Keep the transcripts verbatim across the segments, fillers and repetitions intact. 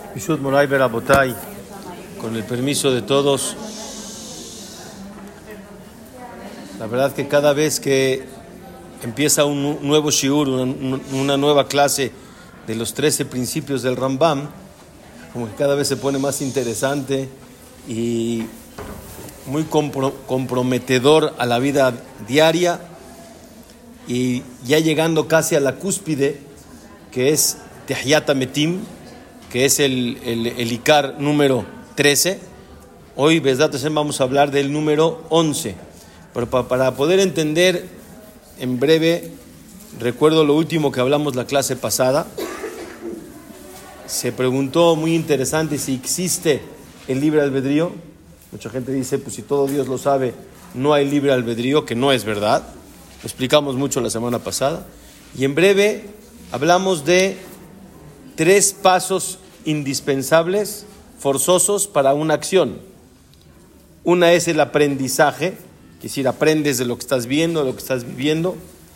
Bishut Moray Berabotay, con el permiso de todos. La verdad que cada vez que empieza un nuevo shiur, una, una nueva clase de los trece principios del Rambam, como que cada vez se pone más interesante y muy compro, comprometedor a la vida diaria, y ya llegando casi a la cúspide, que es Tehiyat Hametim, que es el, el, el Ikar número trece. Hoy, Bezrat Hashem, vamos a hablar del número once. Pero para, para poder entender en breve, recuerdo lo último que hablamos la clase pasada. Se preguntó muy interesante si existe el libre albedrío. Mucha gente dice, pues si todo Dios lo sabe, no hay libre albedrío, que no es verdad. Lo explicamos mucho la semana pasada. Y en breve hablamos de tres pasos indispensables, forzosos para una acción. Una es el aprendizaje, es decir, aprendes de lo que estás viendo, de lo que estás viviendo.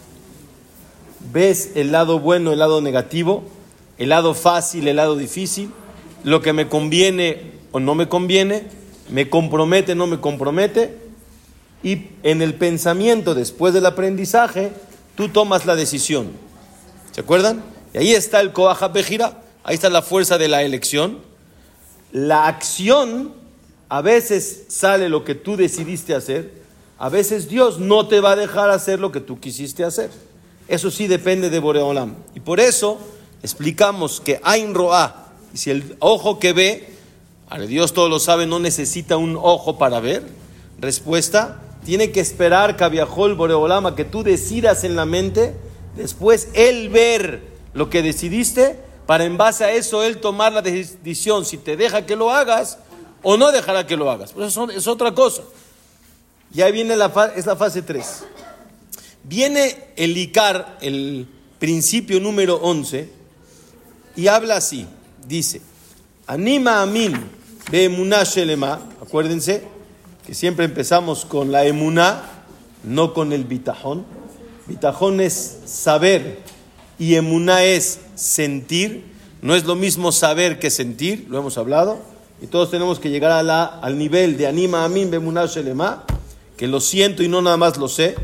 Ves el lado bueno, el lado negativo, el lado fácil, el lado difícil, lo que me conviene o no me conviene, me compromete, no me compromete. Y en el pensamiento, después del aprendizaje, tú tomas la decisión. ¿Se acuerdan? Y ahí está el Koach HaBehira, ahí está la fuerza de la elección. La acción, a veces sale lo que tú decidiste hacer, a veces Dios no te va a dejar hacer lo que tú quisiste hacer. Eso sí depende de Borei Olam. Y por eso explicamos que Ain Ro'a, y si el ojo que ve, ahora Dios todo lo sabe, no necesita un ojo para ver. Respuesta, tiene que esperar Kaviahol Borei Olam a que tú decidas en la mente, después Él ver lo que decidiste, para en base a eso Él tomar la decisión si te deja que lo hagas o no dejará que lo hagas. Pero eso es otra cosa. Y ahí viene la, fa- es la fase tres. Viene el Ikar, el principio número once, y habla así, dice: Anima amin be emuná shelema. Acuérdense que siempre empezamos con la emuná, no con el bitajón. Bitajón es saber y emuná es sentir. No es lo mismo saber que sentir, lo hemos hablado, y todos tenemos que llegar a la, al nivel de anima amin be emuná shelema, que lo siento y no nada más lo sé.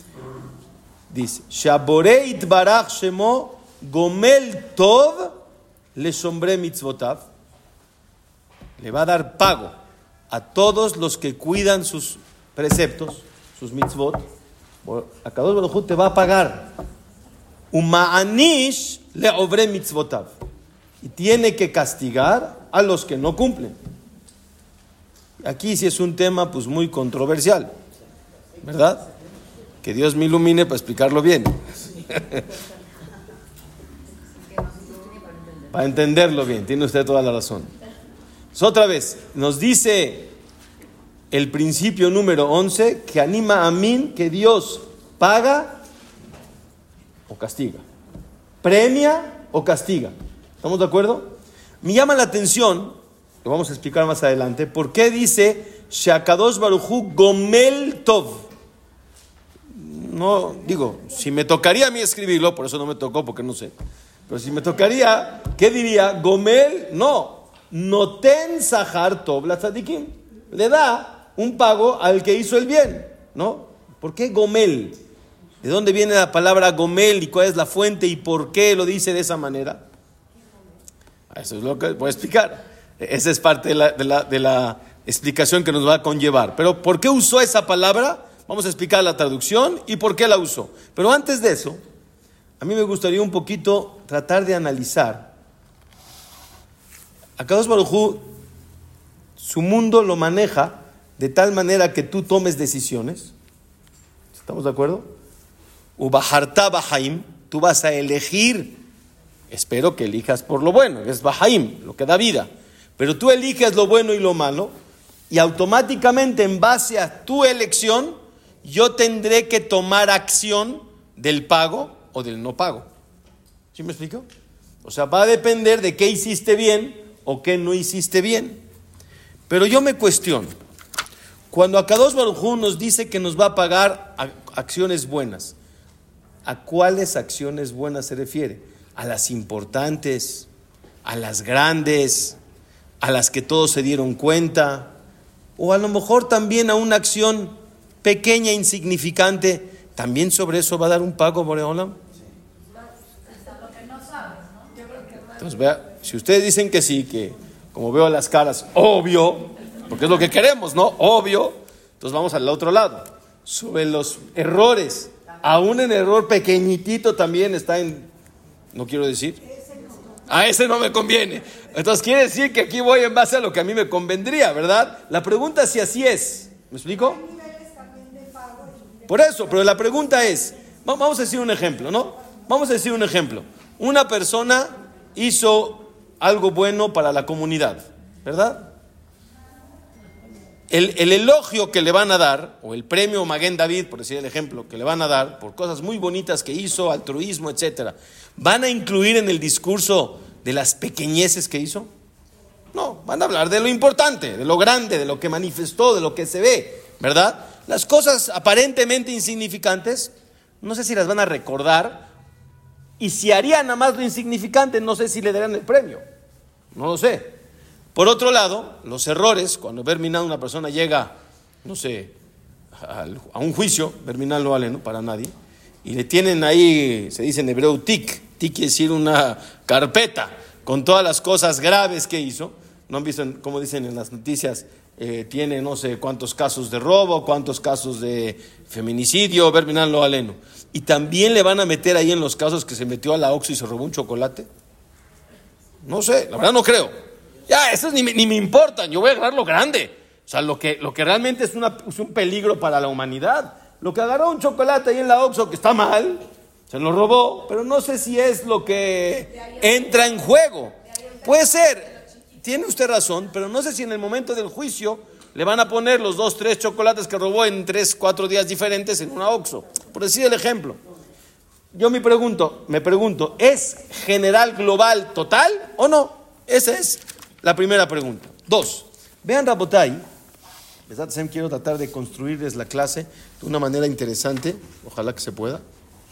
Dice: Shaborei itbarach shemo gomel tov le shomre mitzvotav. Le va a dar pago a todos los que cuidan sus preceptos, sus mitzvot. Akadosh Baruj Hu te va a pagar. Uma'anish le obre mitzvotav. Y tiene que castigar a los que no cumplen. Aquí sí es un tema pues muy controversial, ¿verdad? Que Dios me ilumine para explicarlo bien. Para entenderlo bien, tiene usted toda la razón. Entonces, otra vez, nos dice el principio número once, que anima a mí, que Dios paga o castiga, premia o castiga. ¿Estamos de acuerdo? Me llama la atención, lo vamos a explicar más adelante, ¿por qué dice Sheakadosh Baruj Hu Gomel Tov? No, digo, si me tocaría a mí escribirlo, por eso no me tocó, porque no sé. Pero si me tocaría, ¿qué diría? Gomel, no. Noten Sahar Tov la Tzadikim. Le da un pago al que hizo el bien, ¿no? ¿Por qué Gomel? ¿De dónde viene la palabra Gomel y cuál es la fuente y por qué lo dice de esa manera? Eso es lo que voy a explicar. Esa es parte de la, de la, de la explicación que nos va a conllevar. Pero ¿por qué usó esa palabra? Vamos a explicar la traducción y por qué la usó. Pero antes de eso, a mí me gustaría un poquito tratar de analizar. Akadosh Baruj Hu, su mundo lo maneja de tal manera que tú tomes decisiones. ¿Estamos de acuerdo? Ubaharta Bahaim, tú vas a elegir, espero que elijas por lo bueno, es Bahaim, lo que da vida. Pero tú eliges lo bueno y lo malo, y automáticamente en base a tu elección, yo tendré que tomar acción del pago o del no pago. ¿Sí me explico? O sea, va a depender de qué hiciste bien o qué no hiciste bien. Pero yo me cuestiono, cuando Akadosh Baruj Hu nos dice que nos va a pagar acciones buenas, ¿a cuáles acciones buenas se refiere? ¿A las importantes? ¿A las grandes? a las que todos se dieron cuenta, o a lo mejor también a una acción pequeña, insignificante, también sobre eso va a dar un pago Borei Olam. Entonces, vea, si ustedes dicen que sí, que como veo las caras, obvio, porque es lo que queremos, ¿no? Obvio. Entonces vamos al otro lado. Sobre los errores, aún en error pequeñitito también está en, no quiero decir, a ese no me conviene. Entonces quiere decir que aquí voy en base a lo que a mí me convendría, ¿verdad? La pregunta es si así es. ¿Me explico? Por eso, pero la pregunta es, vamos a decir un ejemplo, ¿no? Vamos a decir un ejemplo. Una persona hizo algo bueno para la comunidad, ¿verdad? El, el elogio que le van a dar, o el premio Maguen David, por decir el ejemplo, que le van a dar por cosas muy bonitas que hizo, altruismo, etcétera, ¿van a incluir en el discurso de las pequeñeces que hizo? No, van a hablar de lo importante, de lo grande, de lo que manifestó, de lo que se ve, ¿verdad? Las cosas aparentemente insignificantes, no sé si las van a recordar, y si harían nada más lo insignificante, no sé si le darían el premio, no lo sé. Por otro lado, los errores, cuando Berminal una persona llega, no sé, a un juicio, Berminal no vale, ¿no? Para nadie, y le tienen ahí, se dice en hebreo, tic, tic quiere decir una carpeta, con todas las cosas graves que hizo. ¿No han visto, como dicen en las noticias, eh, tiene no sé cuántos casos de robo, cuántos casos de feminicidio, Berminal no vale, ¿no? Y también le van a meter ahí en los casos que se metió a la Oxxo y se robó un chocolate. No sé, la verdad no creo. Ya, esos ni, ni me importan, yo voy a agarrar lo grande. O sea, lo que, lo que realmente es, una, es un peligro para la humanidad. Lo que agarró un chocolate ahí en la Oxxo, que está mal, se lo robó, pero no sé si es lo que entra en juego. Puede ser, tiene usted razón, pero no sé si en el momento del juicio le van a poner los dos, tres chocolates que robó en tres, cuatro días diferentes en una Oxxo. Por decir el ejemplo. Yo me pregunto, me pregunto, ¿es general, global, total o no? Esa es la primera pregunta. Dos, vean Rabotai, quiero tratar de construirles la clase de una manera interesante, ojalá que se pueda.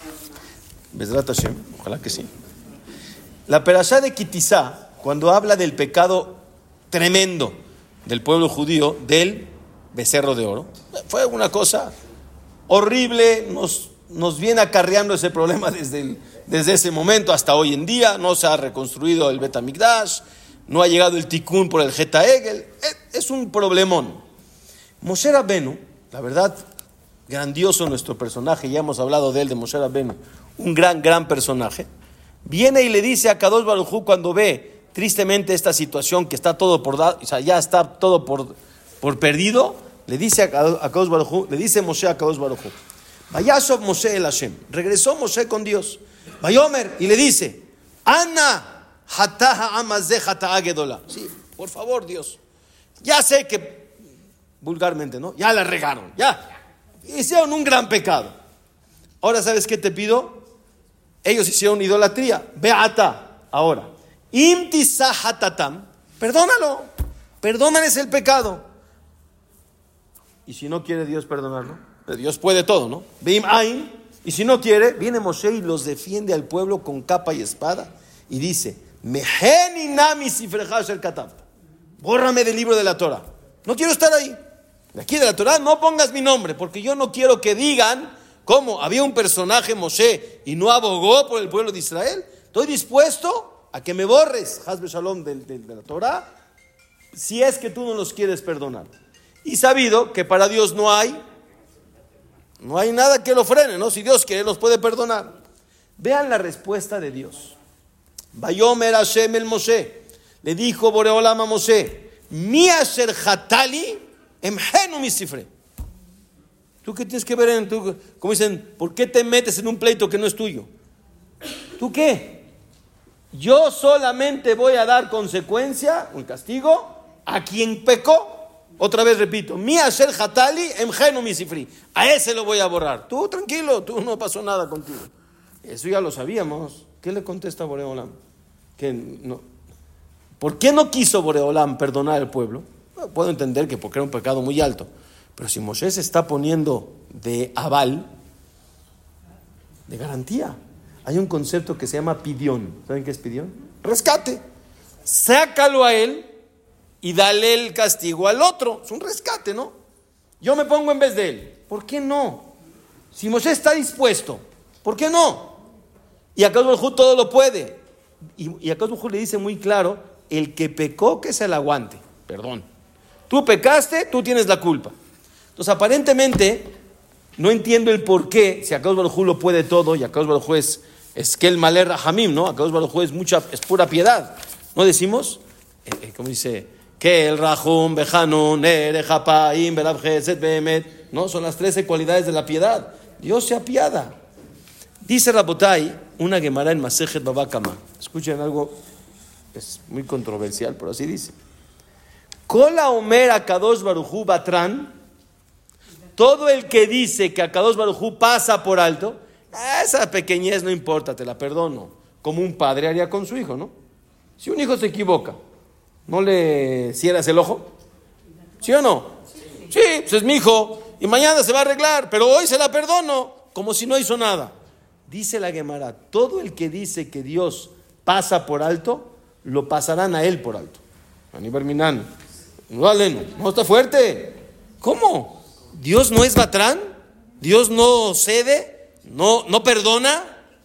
Bezrat Hashem, ojalá que sí. La perashá de Kitizá, cuando habla del pecado tremendo del pueblo judío, del becerro de oro, fue una cosa horrible, nos, nos viene acarreando ese problema desde, el, desde ese momento hasta hoy en día. No se ha reconstruido el Bet HaMikdash, no ha llegado el Tikkun por el Jeta Egel, es un problemón. Moshe Rabbenu, la verdad, grandioso nuestro personaje, ya hemos hablado de él, de Moshe Rabbenu, un gran, gran personaje, viene y le dice a Kadosh Baruj Hu cuando ve tristemente esta situación que está todo por dar, o sea, ya está todo por, por perdido, le dice a Kadosh Baruj Hu, le dice Moshe a Kadosh Baruj Hu, Vayashov Moshe el Hashem, regresó Moshe con Dios, Vayomer, y le dice, Ana, Hataha amazeh hataha gedola. Sí, por favor, Dios. Ya sé que, vulgarmente, ¿no? Ya la regaron, ya. Hicieron un gran pecado. Ahora, ¿sabes qué te pido? Ellos hicieron idolatría. Beata. Ahora, imtisa hatatam. Perdónalo. Perdónales el pecado. Y si no quiere Dios perdonarlo, Dios puede todo, ¿no? Beim ain. Y si no quiere, viene Moshe y los defiende al pueblo con capa y espada. Y dice, bórrame del libro de la Torah. No quiero estar ahí. De aquí de la Torah no pongas mi nombre, porque yo no quiero que digan cómo había un personaje Moshe y no abogó por el pueblo de Israel. Estoy dispuesto a que me borres, Hasbe Shalom, de, de, de la Torah, si es que tú no los quieres perdonar. Y sabido que para Dios no hay, no hay nada que lo frene, ¿no? Si Dios quiere, los puede perdonar. Vean la respuesta de Dios. Vayomer Hashem el Moshe, le dijo Boreolam a Moshe, mi asher hatali emhenu mi sifre. ¿Tú qué tienes que ver en tu, como dicen, por qué te metes en un pleito que no es tuyo? ¿Tú qué? Yo solamente voy a dar consecuencia, un castigo, a quien pecó. Otra vez repito, mi asher hatali emhenu mi sifri. A ese lo voy a borrar. Tú tranquilo, tú no pasó nada contigo. Eso ya lo sabíamos. ¿Qué le contesta Boreolam? Que no. ¿Por qué no quiso Boreolam perdonar al pueblo? Bueno, puedo entender que porque era un pecado muy alto. Pero si Moshe se está poniendo de aval, de garantía, hay un concepto que se llama pidión. ¿Saben qué es pidión? Rescate. Sácalo a él y dale el castigo al otro. Es un rescate, ¿no? Yo me pongo en vez de él. ¿Por qué no? Si Moshe está dispuesto, ¿por qué no? Y Akadosh Baruj Hu todo lo puede. Y, y Akadosh Baruj Hu le dice muy claro, el que pecó que se le aguante. Perdón. Tú pecaste, tú tienes la culpa. Entonces aparentemente no entiendo el por qué, si Akadosh Baruj Hu lo puede todo, y Akadosh Baruj Hu es, es que el Maler Rahamim, ¿no? Akadosh Baruj Hu es, mucha, es pura piedad. ¿No decimos? Eh, eh, ¿Cómo dice? Que el Rahum, Bejanun, Erejapaim, Berab Chesed, Behemet. ¿No? Son las trece cualidades de la piedad. Dios se apiada. Dice Rabotai, una Gemara en Masejet Baba Kama. Escuchen algo, es muy controversial, pero así dice. Kola Omer Akadosh Baruj Hu Batran. Todo el que dice que Akadosh Baruj Hu pasa por alto, esa pequeñez no importa, te la perdono. Como un padre haría con su hijo, ¿no? Si un hijo se equivoca, ¿no le cierras el ojo? ¿Sí o no? Sí, pues es mi hijo y mañana se va a arreglar, pero hoy se la perdono, como si no hizo nada. Dice la Gemara, todo el que dice que Dios pasa por alto, lo pasarán a él por alto. Aníbar Minan, no aleno, no está fuerte. ¿Cómo? ¿Dios no es Batrán? ¿Dios no cede? ¿No, no perdona?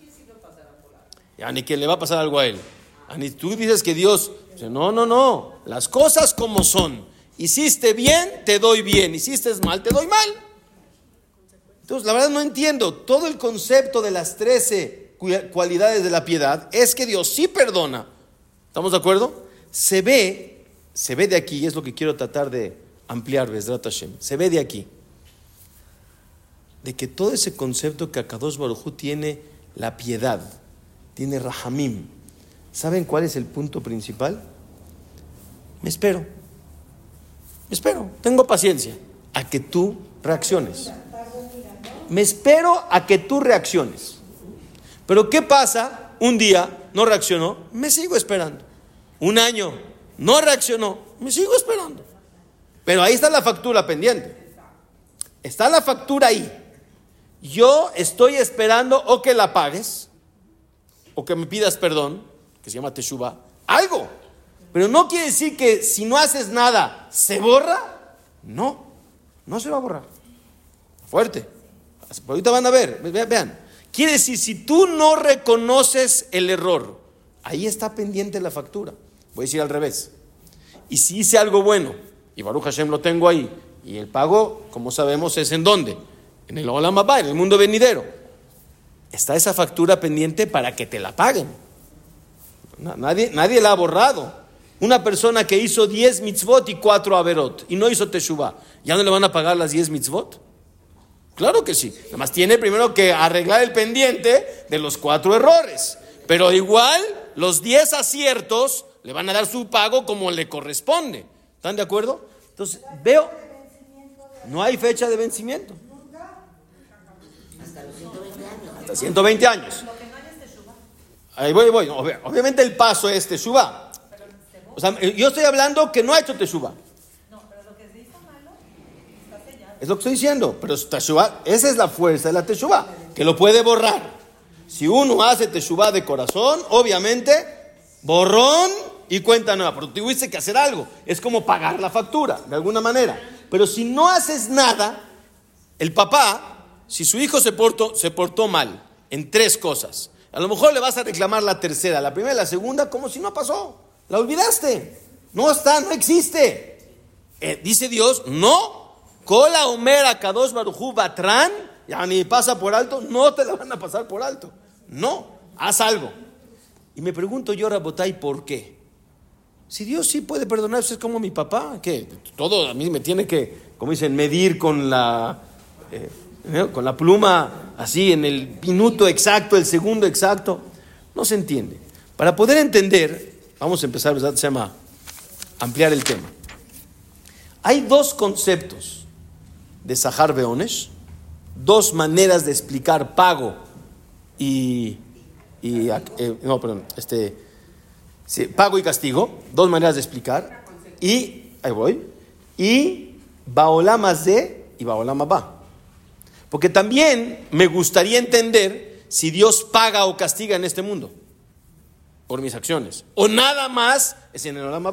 Ya ni que le va a pasar algo a él. Ni tú dices que Dios, no, no, no, las cosas como son. Hiciste bien, te doy bien. Hiciste mal, te doy mal. Entonces, la verdad no entiendo. Todo el concepto de las trece cualidades de la piedad es que Dios sí perdona. ¿Estamos de acuerdo? Se ve, se ve de aquí, y es lo que quiero tratar de ampliar, Bezrat Hashem. Se ve de aquí, de que todo ese concepto que Akadosh Baruj Hu tiene la piedad, tiene Rahamim. ¿Saben cuál es el punto principal? Me espero. Me espero. Tengo paciencia a que tú reacciones. Me espero a que tú reacciones. Pero ¿qué pasa? Un día no reaccionó, me sigo esperando. Un año no reaccionó, me sigo esperando. Pero ahí está la factura pendiente. Está la factura ahí. Yo estoy esperando o que la pagues, o que me pidas perdón, que se llama Teshuvah, algo. Pero no quiere decir que si no haces nada, ¿se borra? No, no se va a borrar. Fuerte. Ahorita van a ver, vean. Quiere decir, si tú no reconoces el error, ahí está pendiente la factura. Voy a decir al revés. Y si hice algo bueno, y Baruch Hashem lo tengo ahí, y el pago, como sabemos, es ¿en dónde? En el Olam Haba, en el mundo venidero. Está esa factura pendiente para que te la paguen. Nadie, nadie la ha borrado. Una persona que hizo diez mitzvot y cuatro averot y no hizo teshuvah, ¿ya no le van a pagar las diez mitzvot? Claro que sí. Nada más tiene primero que arreglar el pendiente de los cuatro errores. Pero igual, los diez aciertos le van a dar su pago como le corresponde. ¿Están de acuerdo? Entonces, veo, no hay fecha de vencimiento. Hasta ciento veinte años. Ahí voy, voy. Obviamente el paso es teshuvah. O sea, yo estoy hablando que no ha hecho teshuvah. No, pero lo que se hizo malo está sellado. Es lo que estoy diciendo. Pero teshuvah, esa es la fuerza de la teshuvah, que lo puede borrar. Si uno hace teshuvah de corazón, obviamente, borrón y cuenta nueva. Pero tuviste que hacer algo. Es como pagar la factura, de alguna manera. Pero si no haces nada, el papá, si su hijo se portó, se portó mal en tres cosas, a lo mejor le vas a reclamar la tercera, la primera y la segunda, como si no pasó. La olvidaste. No está, no existe. Eh, dice Dios, no. Kola Omer Akadosh Baruj Hu Batran, ya ni pasa por alto, no te la van a pasar por alto. No, haz algo. Y me pregunto yo, Rabotai, ¿por qué? Si Dios sí puede perdonar, es como mi papá, que todo a mí me tiene que, como dicen, medir con la, eh, ¿eh? con la pluma, así en el minuto exacto, el segundo exacto. No se entiende. Para poder entender, vamos a empezar, ¿verdad? Se llama ampliar el tema. Hay dos conceptos de Sahar Beonesh, dos maneras de explicar pago y, y eh, no, perdón, este, sí, pago y castigo, dos maneras de explicar, y ahí voy, y Baolam Hazeh y Baolam Haba. Porque también me gustaría entender si Dios paga o castiga en este mundo por mis acciones, o nada más es en el Olam Haba.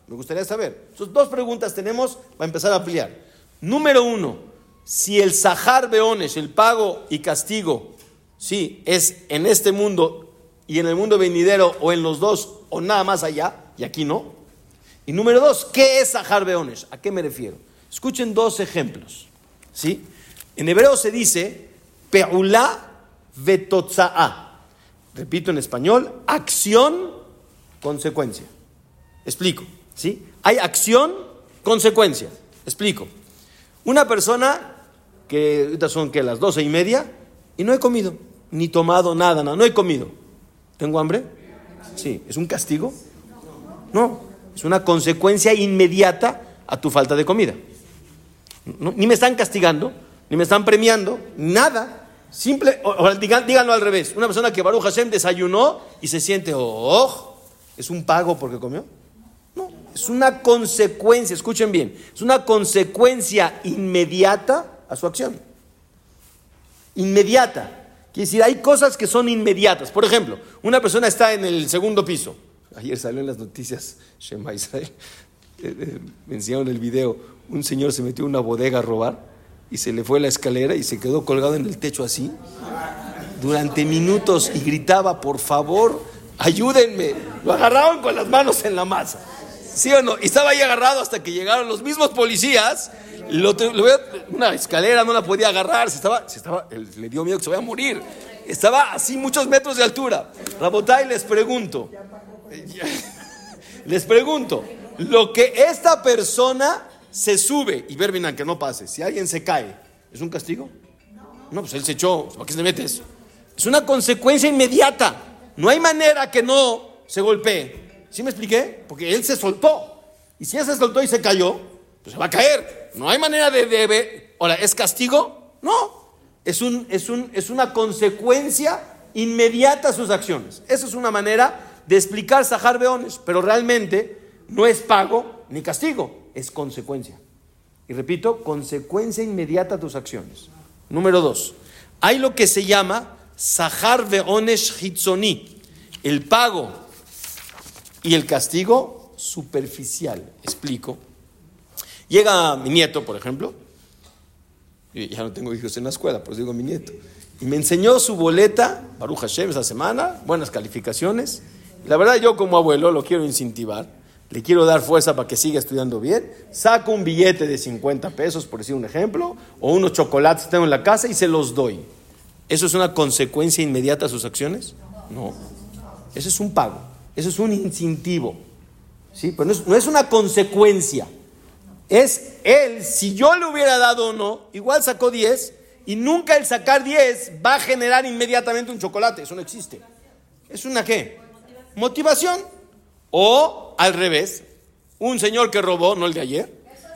Me gustaría saber. Entonces, dos preguntas tenemos para empezar a ampliar. Número uno, si el Sahar Beonesh, el pago y castigo, sí, es en este mundo y en el mundo venidero, o en los dos, o nada más allá, y aquí no. Y número dos, ¿qué es Sahar Beonesh? ¿A qué me refiero? Escuchen dos ejemplos, ¿sí? En hebreo se dice Pe'ulá vetotza'a. Repito en español, acción, consecuencia. Explico, ¿sí? Hay acción, consecuencia. Explico. Una persona que ahorita son que las doce y media y no he comido, ni tomado nada, nada, no he comido. ¿Tengo hambre? Sí. ¿Es un castigo? No. Es una consecuencia inmediata a tu falta de comida. No, ni me están castigando, ni me están premiando, nada. Simple, o, o, digan, díganlo al revés. Una persona que Baruch Hashem desayunó y se siente, oh, ¿es un pago porque comió? No, es una consecuencia, escuchen bien, es una consecuencia inmediata a su acción. Inmediata. Quiere decir, hay cosas que son inmediatas. Por ejemplo, una persona está en el segundo piso. Ayer salió en las noticias, Shema Israel, eh, eh, me enseñaron el video, un señor se metió en una bodega a robar y se le fue la escalera y se quedó colgado en el techo así durante minutos y gritaba, por favor, ayúdenme. Lo agarraron con las manos en la masa, ¿sí o no? Y estaba ahí agarrado hasta que llegaron los mismos policías. Lo, lo, una escalera no la podía agarrar, se estaba, se estaba, le dio miedo que se vaya a morir. Estaba así muchos metros de altura. Rabotai, les pregunto, les pregunto, lo que esta persona se sube y Berbinan que no pase, si alguien se cae, ¿es un castigo? No, pues él se echó, ¿para qué se le mete eso? Es una consecuencia inmediata. No hay manera que no se golpee. ¿Sí me expliqué? Porque él se soltó. Y si él se soltó y se cayó, pues se va a caer. No hay manera de, de, de ahora, ¿es castigo? No. Es, un, es, un, es una consecuencia inmediata a sus acciones. Esa es una manera de explicar Sahar Beonesh, pero realmente no es pago ni castigo, es consecuencia. Y repito, consecuencia inmediata a tus acciones. Número dos, hay lo que se llama Sahar Beonesh Hitzoni, el pago y el castigo superficial. Explico. Llega mi nieto, por ejemplo, y ya no tengo hijos en la escuela, pues digo mi nieto, y me enseñó su boleta, Baruch Hashem, esa semana, buenas calificaciones. La verdad, yo como abuelo lo quiero incentivar, le quiero dar fuerza para que siga estudiando bien. Saco un billete de cincuenta pesos, por decir un ejemplo, o unos chocolates que tengo en la casa y se los doy. ¿Eso es una consecuencia inmediata a sus acciones? No. Eso es un pago, eso es un incentivo, ¿sí? Pero no es, no es una consecuencia. Es él, si yo le hubiera dado uno, igual sacó diez, y nunca el sacar diez va a generar inmediatamente un chocolate. Eso no existe. ¿Es una qué? Motivación. O al revés, un señor que robó, no el de ayer.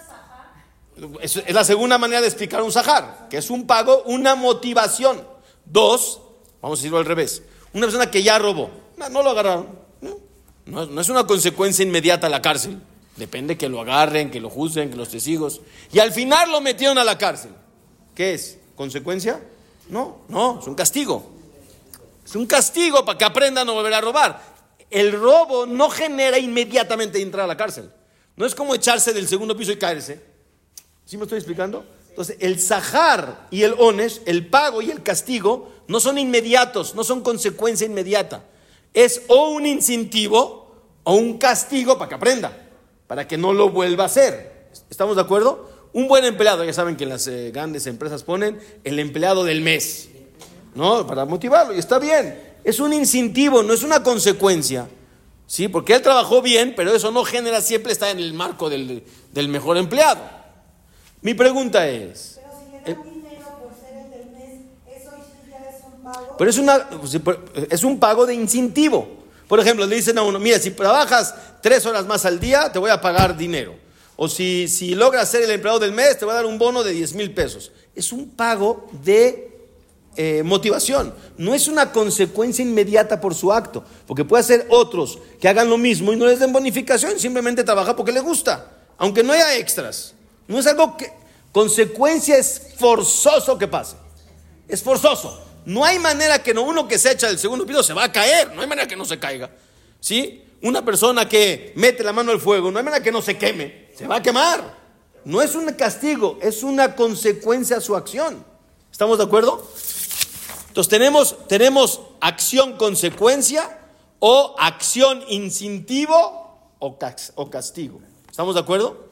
Es, es la segunda manera de explicar un sahar, que es un pago, una motivación. Dos, vamos a decirlo al revés, una persona que ya robó, no, no lo agarraron. No, no, no es una consecuencia inmediata a la cárcel. Depende que lo agarren, que lo juzguen, que los testigos. Y al final lo metieron a la cárcel. ¿Qué es? ¿Consecuencia? No, no, es un castigo. Es un castigo para que aprenda a no volver a robar. El robo no genera inmediatamente entrar a la cárcel. No es como echarse del segundo piso y caerse. ¿Sí me estoy explicando? Entonces, el sahar y el onesh, el pago y el castigo, no son inmediatos, no son consecuencia inmediata. Es o un incentivo o un castigo para que aprenda, para que no lo vuelva a hacer. ¿Estamos de acuerdo? Un buen empleado, ya saben que las eh, grandes empresas ponen el empleado del mes, ¿no? Para motivarlo, y está bien. Es un incentivo, no es una consecuencia, ¿sí? Porque él trabajó bien, pero eso no genera siempre estar en el marco del, del mejor empleado. Mi pregunta es... Pero si le dan dinero por ser el del mes, eso ya es un pago. Pero es, una, es un pago de incentivo. Por ejemplo, le dicen a uno, mira, si trabajas tres horas más al día, te voy a pagar dinero. O si, si logras ser el empleado del mes, te voy a dar un bono de diez mil pesos. Es un pago de eh, motivación. No es una consecuencia inmediata por su acto. Porque puede ser otros que hagan lo mismo y no les den bonificación. Simplemente trabaja porque le gusta. Aunque no haya extras. No es algo que... Consecuencia es forzoso que pase. Es forzoso. No hay manera que no, uno que se echa del segundo piso se va a caer. No hay manera que no se caiga. ¿Sí? Una persona que mete la mano al fuego, no hay manera que no se queme, se va a quemar. No es un castigo, es una consecuencia a su acción. ¿Estamos de acuerdo? Entonces tenemos, tenemos acción-consecuencia o acción incentivo o, o castigo. ¿Estamos de acuerdo?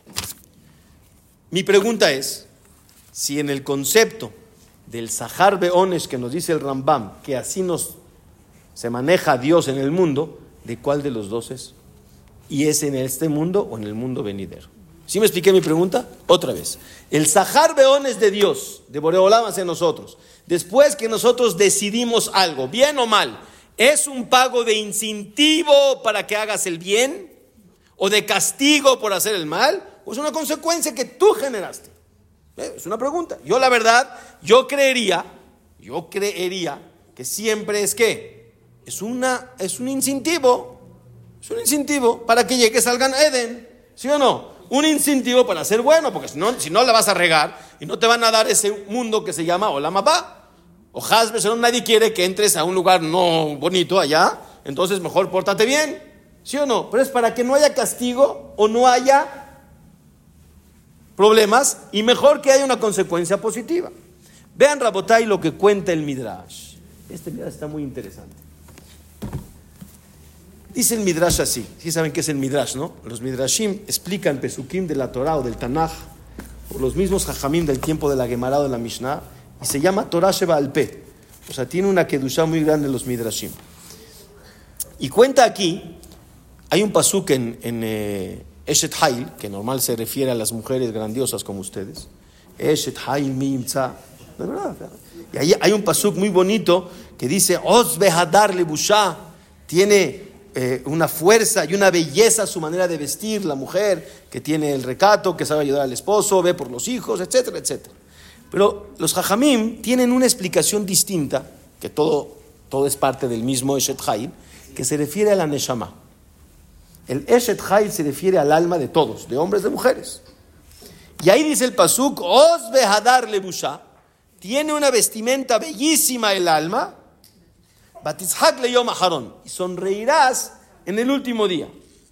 Mi pregunta es, si en el concepto del Sahar Beonesh que nos dice el Rambam, que así nos se maneja Dios en el mundo, ¿de cuál de los dos es? ¿Y es en este mundo o en el mundo venidero? ¿Sí me expliqué mi pregunta? Otra vez. El Sahar Beonesh de Dios, de Boreolam hacia nosotros, después que nosotros decidimos algo, bien o mal, ¿es un pago de incentivo para que hagas el bien? ¿O de castigo por hacer el mal? ¿O es una consecuencia que tú generaste? ¿Eh? Es una pregunta. Yo la verdad, yo creería, yo creería que siempre es que es, una, es un incentivo, es un incentivo para que llegues al Gan Eden, ¿sí o no? Un incentivo para ser bueno, porque si no, si no la vas a regar y no te van a dar ese mundo que se llama Olam Haba. O Hasbe, si no, nadie quiere que entres a un lugar no bonito allá, entonces mejor pórtate bien, ¿sí o no? Pero es para que no haya castigo o no haya problemas y mejor que haya una consecuencia positiva. Vean, Rabotai, lo que cuenta el Midrash. Este Midrash está muy interesante. Dice el Midrash así. Sí saben qué es el Midrash, ¿no? Los Midrashim explican Pesukim de la Torah o del Tanaj por los mismos Jajamim del tiempo de la Gemara o de la Mishnah y se llama Torah Sheba al Pe. O sea, tiene una kedushá muy grande en los Midrashim. Y cuenta aquí, hay un pasuk en, en eh, Eshet Hayil, que normal se refiere a las mujeres grandiosas como ustedes. Eshet Hayil mi imtza. De verdad. Y ahí hay un pasuk muy bonito que dice, Oz behadar lebusha, tiene eh, una fuerza y una belleza su manera de vestir, la mujer que tiene el recato, que sabe ayudar al esposo, ve por los hijos, etcétera, etcétera. Pero los Jajamim tienen una explicación distinta, que todo, todo es parte del mismo Eshet Hayil, que se refiere a la Neshama. El Eshet Hayil se refiere al alma de todos, de hombres, de mujeres. Y ahí dice el pasuk, Oz behadar lebusha, tiene una vestimenta bellísima el alma, Batizhak leyom aharon, y sonreirás en el último día.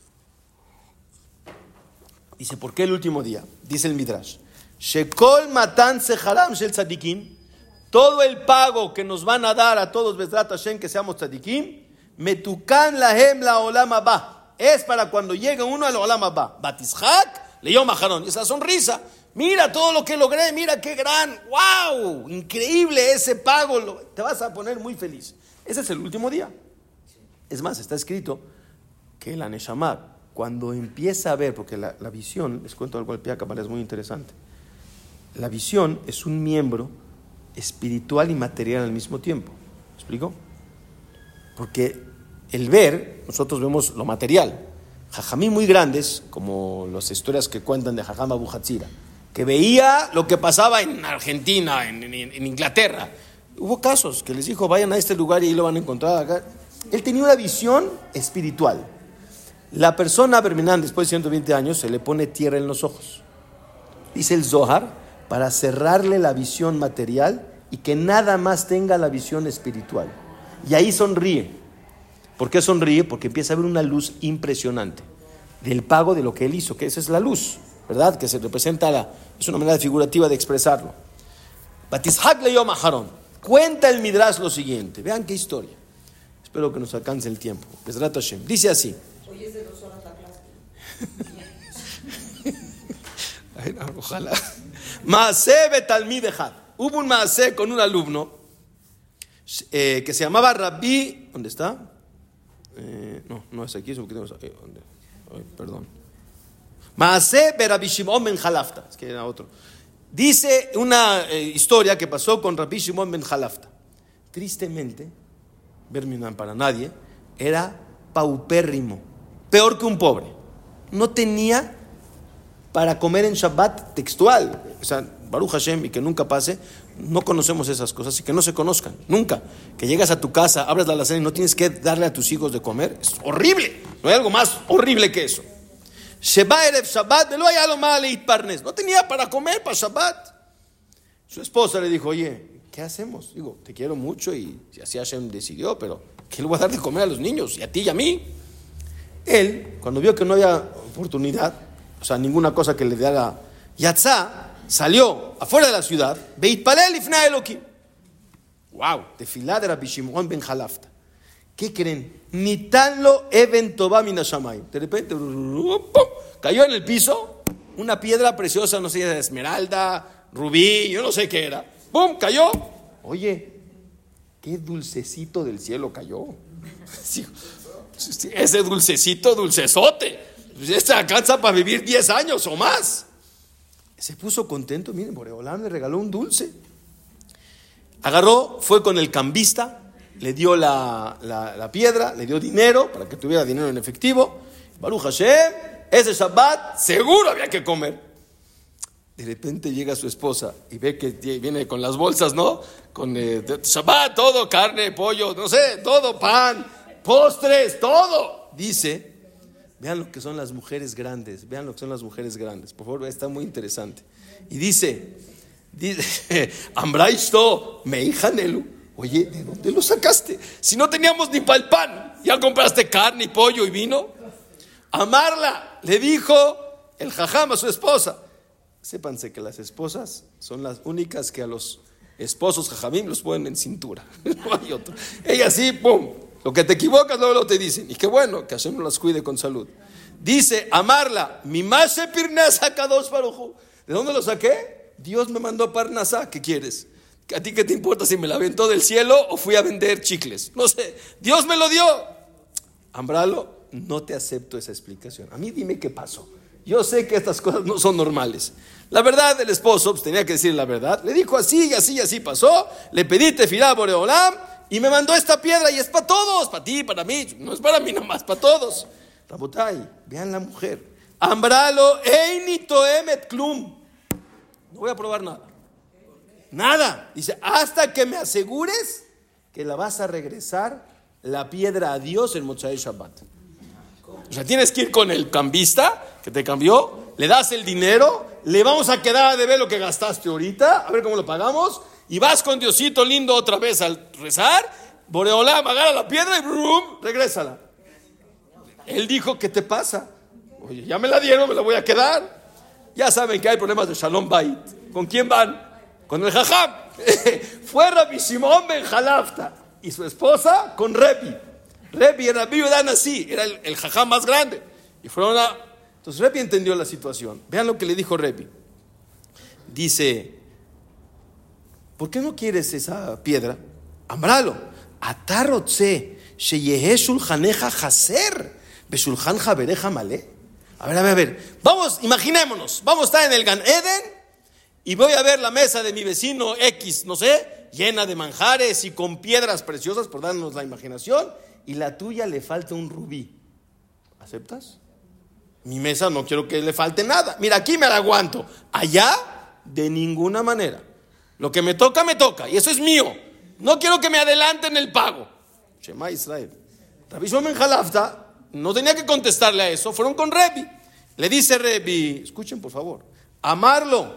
Dice, ¿por qué el último día? Dice el Midrash, Shekol matan seharam shel tzadikim, todo el pago que nos van a dar a todos Bezrat Hashem que seamos tzadikim, metukan lahem la olam haba, es para cuando llegue uno al olam haba. Batizhak leyom aharon, esa sonrisa, mira todo lo que logré, mira qué gran, wow, increíble ese pago, te vas a poner muy feliz. Ese es el último día. Es más, está escrito que la Neshama, cuando empieza a ver, porque la, la visión, les cuento algo al pie acá, es muy interesante. La visión es un miembro espiritual y material al mismo tiempo. ¿Me explico? Porque el ver, nosotros vemos lo material. Jajamí muy grandes, como las historias que cuentan de Jajam Abu Hatzira, que veía lo que pasaba en Argentina, en, en, en Inglaterra. Hubo casos que les dijo, vayan a este lugar y ahí lo van a encontrar acá. Él tenía una visión espiritual. La persona Berminan, después de ciento veinte años, se le pone tierra en los ojos. Dice el Zohar, para cerrarle la visión material y que nada más tenga la visión espiritual. Y ahí sonríe. ¿Por qué sonríe? Porque empieza a ver una luz impresionante del pago de lo que él hizo, que esa es la luz, ¿verdad? Que se representa, la, es una manera figurativa de expresarlo. Batizhak leyom aharon. Cuenta el Midrash lo siguiente. Vean qué historia. Espero que nos alcance el tiempo. Bezrat Hashem. Dice así. Hoy es de dos horas la clase. Ay, no, ojalá. Maaseh betalmid echad. Hubo un maaseh con un alumno eh, que se llamaba Rabbi. ¿Dónde está? Eh, no, no es aquí. Es porque tenemos, eh, ¿dónde? Ay, perdón. Maaseh be Rabbi Shimon ben Halafta. Es que era otro. Dice una eh, historia que pasó con Rabbi Shimon ben Halafta. Tristemente, Berminan para nadie, era paupérrimo, peor que un pobre. No tenía para comer en Shabbat textual. O sea, Baruch Hashem, y que nunca pase, no conocemos esas cosas y que no se conozcan, nunca. Que llegas a tu casa, abres la alacena y no tienes que darle a tus hijos de comer. Es horrible, no hay algo más horrible que eso. Sheba Erev Shabbat, no tenía para comer para Shabbat. Su esposa le dijo, oye, ¿qué hacemos? Digo, te quiero mucho y así Hashem decidió, pero ¿qué le voy a dar de comer a los niños? Y a ti y a mí. Él, cuando vio que no había oportunidad, o sea, ninguna cosa que le haga yatzá, salió afuera de la ciudad, Beitpalel ifnei Elokim. Wow, tefilá de Rabbi Shimon ben Halafta. ¿Qué creen? Nitanlo even tová min hashamayim. De repente, ¡pum!, cayó en el piso una piedra preciosa, no sé, de esmeralda, rubí, yo no sé qué era. ¡Pum!, cayó. Oye, qué dulcecito del cielo cayó. Ese dulcecito, dulcezote. Este alcanza para vivir diez años o más. Se puso contento. Miren, Boreolán le regaló un dulce. Agarró, fue con el cambista, le dio la, la, la piedra, le dio dinero para que tuviera dinero en efectivo. Baruch Hashem, ese Shabbat seguro había que comer. De repente llega su esposa y ve que viene con las bolsas, ¿no? Con eh, Shabbat, todo, carne, pollo, no sé, todo, pan, postres, todo. Dice, vean lo que son las mujeres grandes, vean lo que son las mujeres grandes. Por favor, está muy interesante. Y dice, dice, Ambraisto, me hijanelu. Oye, ¿de dónde lo sacaste? Si no teníamos ni para el pan, ya compraste carne y pollo y vino. Amarla, le dijo el jajam a su esposa. Sépanse que las esposas son las únicas que a los esposos jajamim los ponen en cintura. No hay otro. Ella sí, pum. Lo que te equivocas, luego lo te dicen. Y qué bueno, que Hashem las cuide con salud. Dice, amarla, mi mase pirnasa kadosh baruj. ¿De dónde lo saqué? Dios me mandó Parnasá. ¿Qué quieres? ¿A ti qué te importa si me la aventó del cielo o fui a vender chicles? No sé. Dios me lo dio. Ambralo, no te acepto esa explicación. A mí dime qué pasó. Yo sé que estas cosas no son normales. La verdad, el esposo pues, tenía que decir la verdad. Le dijo así y así y así pasó. Le pedí tefilá a Boreolam y me mandó esta piedra y es para todos, para ti, para mí. No es para mí nomás, para todos. Rabotai, vean la mujer. Ambralo, eini toemet klum. No voy a probar nada. Nada. Dice, hasta que me asegures que la vas a regresar la piedra a Dios en Motzai Shabbat. O sea, tienes que ir con el cambista que te cambió, le das el dinero, le vamos a quedar a deber lo que gastaste ahorita, a ver cómo lo pagamos, y vas con Diosito lindo otra vez al rezar, Boreolam, agarra la piedra y brum, regrésala. Él dijo, ¿qué te pasa? Oye, ya me la dieron, me la voy a quedar. Ya saben que hay problemas de Shalom Bait. ¿Con quién van? Con el jajam. Fue Rabbi Shimon ben Halafta y su esposa con Rebi. Rebi era Rabbi Yehuda Nasi, era el, el jajam más grande. Y fueron a... Entonces Rebi entendió la situación. Vean lo que le dijo Rebi. Dice, ¿por qué no quieres esa piedra? Ambralo. Atarotze sheyehe shulchaneja haser beshulchan jabereja malé. A ver, a ver, a ver. Vamos, imaginémonos. Vamos a estar en el Gan Eden y voy a ver la mesa de mi vecino X, no sé, llena de manjares y con piedras preciosas, por darnos la imaginación, y la tuya le falta un rubí. ¿Aceptas? Mi mesa no quiero que le falte nada. Mira, aquí me la aguanto. Allá, de ninguna manera. Lo que me toca, me toca. Y eso es mío. No quiero que me adelanten el pago. Shema Israel. Rabbi Shimon ben Halafta no tenía que contestarle a eso. Fueron con Rebi. Le dice Rebi, escuchen por favor, amarlo.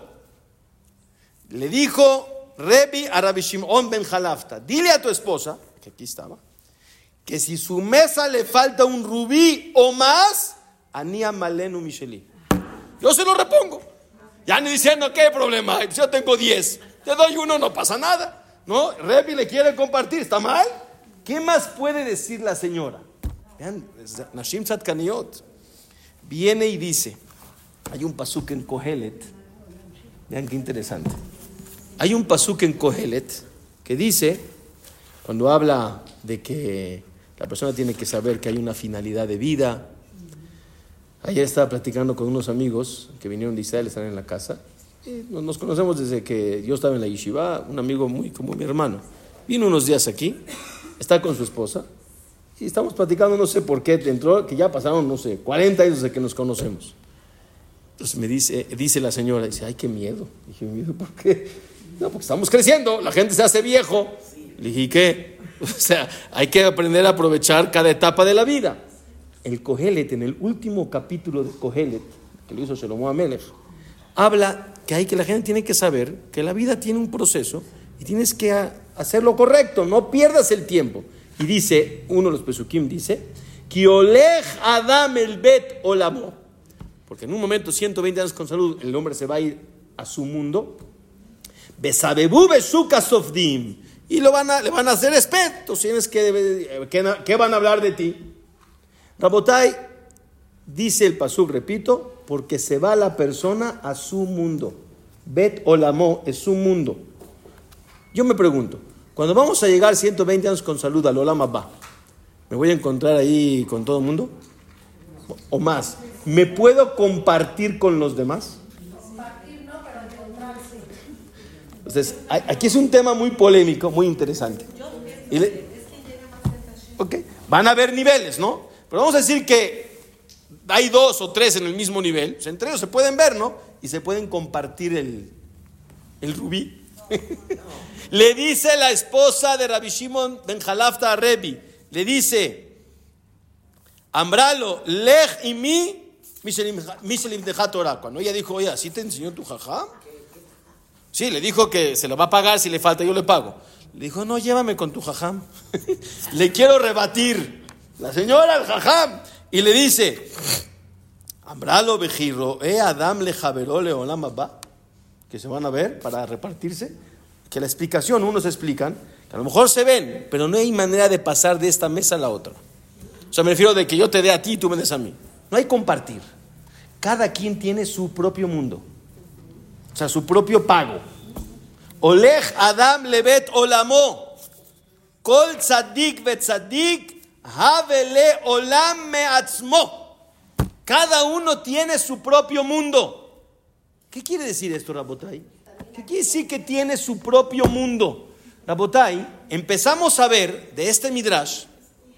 Le dijo Rebi a Rabbi Shimon ben Halafta, dile a tu esposa, que aquí estaba, que si su mesa le falta un rubí o más, Ania Malenu Misheli. Yo se lo repongo. Ya ni diciendo, ¿qué problema hay? Yo tengo diez. Te doy uno, no pasa nada. ¿No? Rebi le quiere compartir. ¿Está mal? ¿Qué más puede decir la señora? Vean, Nashim Tzadkaniot. Viene y dice, hay un pasuk en Kohelet. Vean qué interesante. Hay un pasuk en Kohelet que dice, cuando habla de que la persona tiene que saber que hay una finalidad de vida. Ayer estaba platicando con unos amigos que vinieron de Israel, están en la casa. Y nos conocemos desde que yo estaba en la yeshiva, un amigo muy como mi hermano. Vino unos días aquí, está con su esposa, y estamos platicando, no sé por qué, entró, que ya pasaron, no sé, cuarenta años desde que nos conocemos. Entonces me dice, dice la señora, dice, ay, qué miedo. Dije, ¿miedo por qué? No, porque estamos creciendo, la gente se hace viejo. Le dije, ¿qué? O sea, hay que aprender a aprovechar cada etapa de la vida. El Kohelet, en el último capítulo de Kohelet, que lo hizo Shlomo Amelech, habla que hay que la gente tiene que saber que la vida tiene un proceso y tienes que hacer lo correcto, no pierdas el tiempo. Y dice, uno de los pesukim dice, Ki olech Adam el bet olamo. Porque en un momento, ciento veinte años con salud, el hombre se va a ir a su mundo. Besabebu beshuka sofdim. Y lo van a, le van a hacer respeto. Tienes que, que, que van a hablar de ti. Rabotai, dice el pasuk, repito, porque se va la persona a su mundo. Bet olamo es su mundo. Yo me pregunto, cuando vamos a llegar ciento veinte años con salud al Olam Abba, ¿me voy a encontrar ahí con todo el mundo? ¿O más? ¿Me puedo compartir con los demás? Compartir no, pero encontrarse. Entonces, aquí es un tema muy polémico, muy interesante. Y le, ok, van a haber niveles, ¿no? Pero vamos a decir que hay dos o tres en el mismo nivel. Pues entre ellos se pueden ver, ¿no? Y se pueden compartir el, el rubí. Le dice la esposa de Rabbi Shimon ben Jalafta a Rebi, le dice, Ambralo, lej y mi, miselim deja Torah. Cuando ella dijo, oye, ¿así te enseñó tu jajam? Sí, le dijo que se lo va a pagar, si le falta yo le pago. Le dijo, no, llévame con tu jajam. Le quiero rebatir. La señora al jajam. Y le dice, Ambralo bejiro, eh Adam le javeró le olam abba, que se van a ver para repartirse. Que la explicación, unos explican, que a lo mejor se ven, pero no hay manera de pasar de esta mesa a la otra. O sea, me refiero de que yo te dé a ti y tú me des a mí. No hay compartir. Cada quien tiene su propio mundo. O sea, su propio pago. Olech Adam lebet olamo. Kol tzadik ve tzadik havele olam meatzmo. Cada uno tiene su propio mundo. ¿Qué quiere decir esto, Rabotai? ¿Qué quiere decir que tiene su propio mundo? Rabotai, empezamos a ver de este Midrash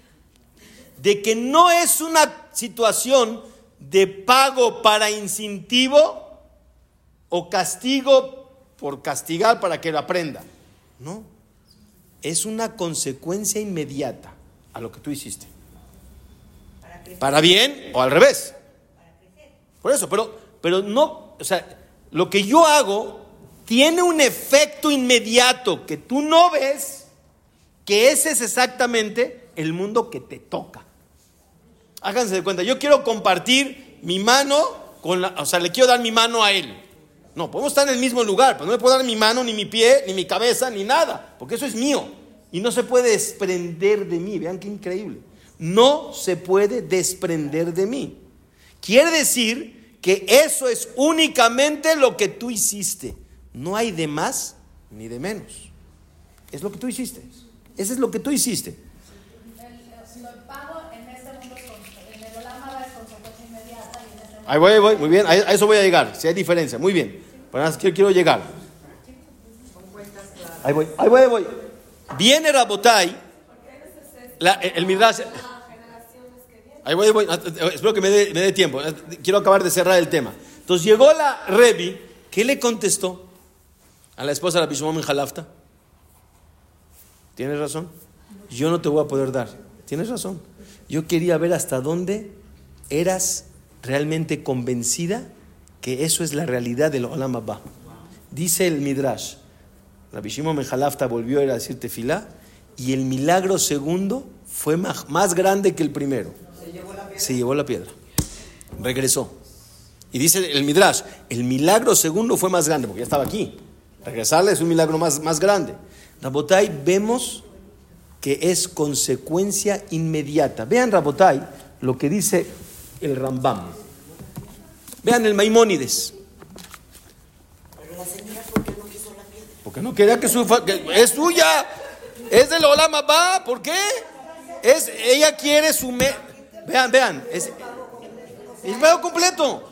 de que no es una situación de pago para incentivo o castigo por castigar para que lo aprenda. No, es una consecuencia inmediata a lo que tú hiciste. Para bien o al revés. Por eso, pero, pero no, o sea, lo que yo hago tiene un efecto inmediato que tú no ves, que ese es exactamente el mundo que te toca. Háganse de cuenta, yo quiero compartir mi mano con la, o sea, le quiero dar mi mano a él. No, podemos estar en el mismo lugar, pero no le puedo dar mi mano, ni mi pie, ni mi cabeza, ni nada, porque eso es mío y no se puede desprender de mí. Vean qué increíble. No se puede desprender de mí. Quiere decir que eso es únicamente lo que tú hiciste. No hay de más ni de menos. Es lo que tú hiciste. Eso es lo que tú hiciste. El, el pago en este mundo es, en el Olam Abba es consecuencia inmediata. Y en este mundo Ahí voy, ahí voy, muy bien. A eso voy a llegar. Si hay diferencia, muy bien. Pero nada, quiero, quiero llegar. Ahí voy, ahí voy, ahí voy. Viene Rabotai, la, el, el Midrash. Ahí voy, ahí voy. Espero que me dé, me dé tiempo. Quiero acabar de cerrar el tema. Entonces llegó la Rebi. ¿Qué le contestó a la esposa de Rabbi Shimon ben Jalafta? ¿Tienes razón? Yo no te voy a poder dar. Tienes razón. Yo quería ver hasta dónde eras realmente convencida que eso es la realidad del Olam Abba. Dice el Midrash, Rabbi Shimon ben Jalafta volvió a ir a decir tefilá y el milagro segundo fue más, más grande que el primero. Se llevó la piedra. Se llevó la piedra. Regresó. Y dice el Midrash, el milagro segundo fue más grande, porque ya estaba aquí. Regresarle es un milagro más, más grande. Rabotai, vemos que es consecuencia inmediata. Vean, Rabotai, lo que dice el Rambam. Vean el Maimónides. Pero la señora, ¿por qué no quiso la piedra? Porque no quería que, su, que es suya. Es del Olam Abba. ¿Por qué? Es, ella quiere su... Me, vean, vean. Es, es pago completo.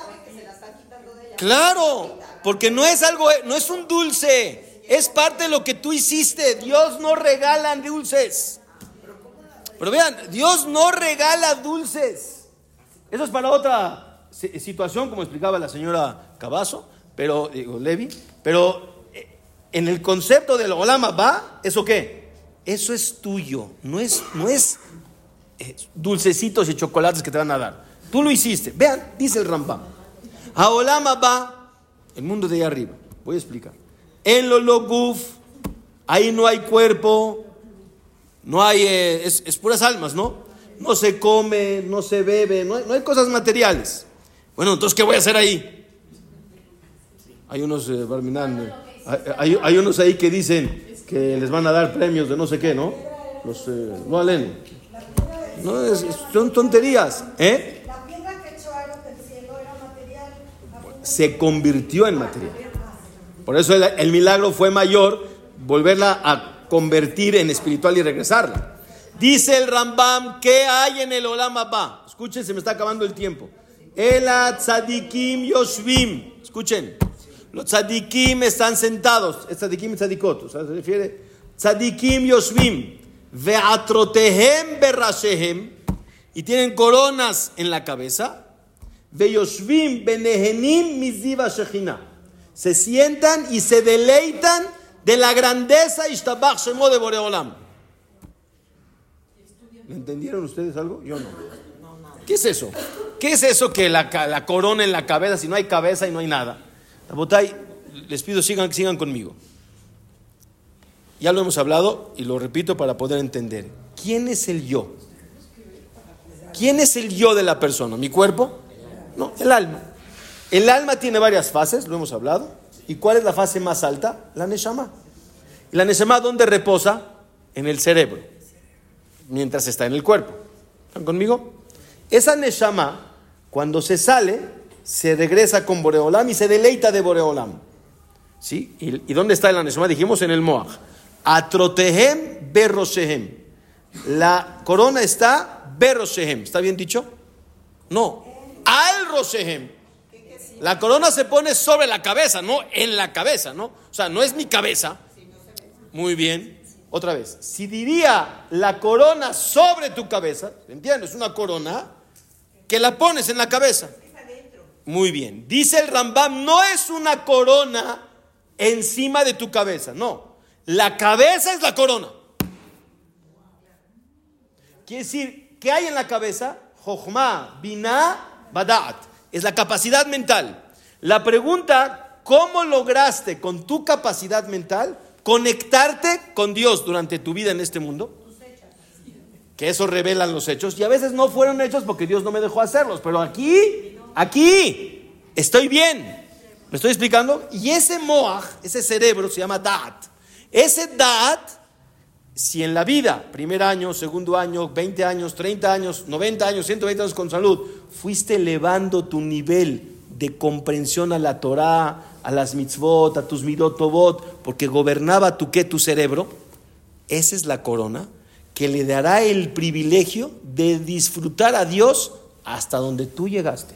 Claro, porque no es algo, no es un dulce, es parte de lo que tú hiciste. Dios no regala dulces. Pero vean, Dios no regala dulces. Eso es para otra situación, como explicaba la señora Cavazo, pero digo Levi, pero en el concepto del Olam Abba, ¿eso qué? Eso es tuyo, no es, no es eh, dulcecitos y chocolates que te van a dar. Tú lo hiciste. Vean, dice el Rambam. A Olam Abba, el mundo de allá arriba. Voy a explicar. En lo loguf, ahí no hay cuerpo, no hay, eh, es, es puras almas, ¿no? no se come, no se bebe, no hay, no hay cosas materiales. Bueno, entonces, ¿qué voy a hacer ahí? Hay unos, eh, Barminan, hay, hay, hay unos ahí que dicen que les van a dar premios de no sé qué, ¿no? Los, eh, no alen. No, es, son tonterías, ¿eh? La piedra que echó Aarón del cielo era material. Se convirtió en material. Por eso el, el milagro fue mayor, volverla a convertir en espiritual y regresarla. Dice el Rambam, ¿qué hay en el Olam Abba? Escuchen, se me está acabando el tiempo. El tzadikim yoshvim. Escuchen, los tzadikim están sentados. Es tzadikim y tzadikot, o sea, se refiere tzadikim yoshvim. Ve'atrotehem berashehem. Y tienen coronas en la cabeza. Ve'yoshvim benehenim miziva shechina. Se sientan y se deleitan de la grandeza Ishtabach Shemo de Boreolam. ¿Me entendieron ustedes algo? Yo no. ¿Qué es eso? ¿Qué es eso que la, la corona en la cabeza, si no hay cabeza y no hay nada? Rabotay, les pido sigan, sigan conmigo. Ya lo hemos hablado y lo repito para poder entender. ¿Quién es el yo? ¿Quién es el yo de la persona? ¿Mi cuerpo? No, el alma. El alma tiene varias fases, lo hemos hablado. ¿Y cuál es la fase más alta? La neshama. ¿Y la neshama dónde reposa? En el cerebro, mientras está en el cuerpo. ¿Están conmigo? Esa neshama, cuando se sale, se regresa con Boreolam y se deleita de Boreolam. ¿Sí? ¿Y, y dónde está la neshama? Dijimos en el Moaj. Atrotehem berroshehem. La corona está berroshehem. ¿Está bien dicho? No. Al roshehem. La corona se pone sobre la cabeza, no en la cabeza, ¿no? O sea, no es mi cabeza. Muy bien. Otra vez. Si diría la corona sobre tu cabeza, ¿entiendes? Es una corona que la pones en la cabeza. Muy bien. Dice el Rambam, no es una corona encima de tu cabeza, no. La cabeza es la corona. Quiere decir, ¿qué hay en la cabeza? Jochma, Binah, Badat. Es la capacidad mental. La pregunta, ¿cómo lograste con tu capacidad mental conectarte con Dios durante tu vida en este mundo? Que eso revelan los hechos. Y a veces no fueron hechos porque Dios no me dejó hacerlos. Pero aquí, aquí, estoy bien. ¿Me estoy explicando? Y ese moaj, ese cerebro se llama Da'at. Ese Da'at, si en la vida, primer año, segundo año, veinte años, treinta años, noventa años, ciento veinte años con salud, fuiste elevando tu nivel de comprensión a la Torah, a las mitzvot, a tus midot tovot, porque gobernaba tu qué, tu cerebro, esa es la corona que le dará el privilegio de disfrutar a Dios hasta donde tú llegaste.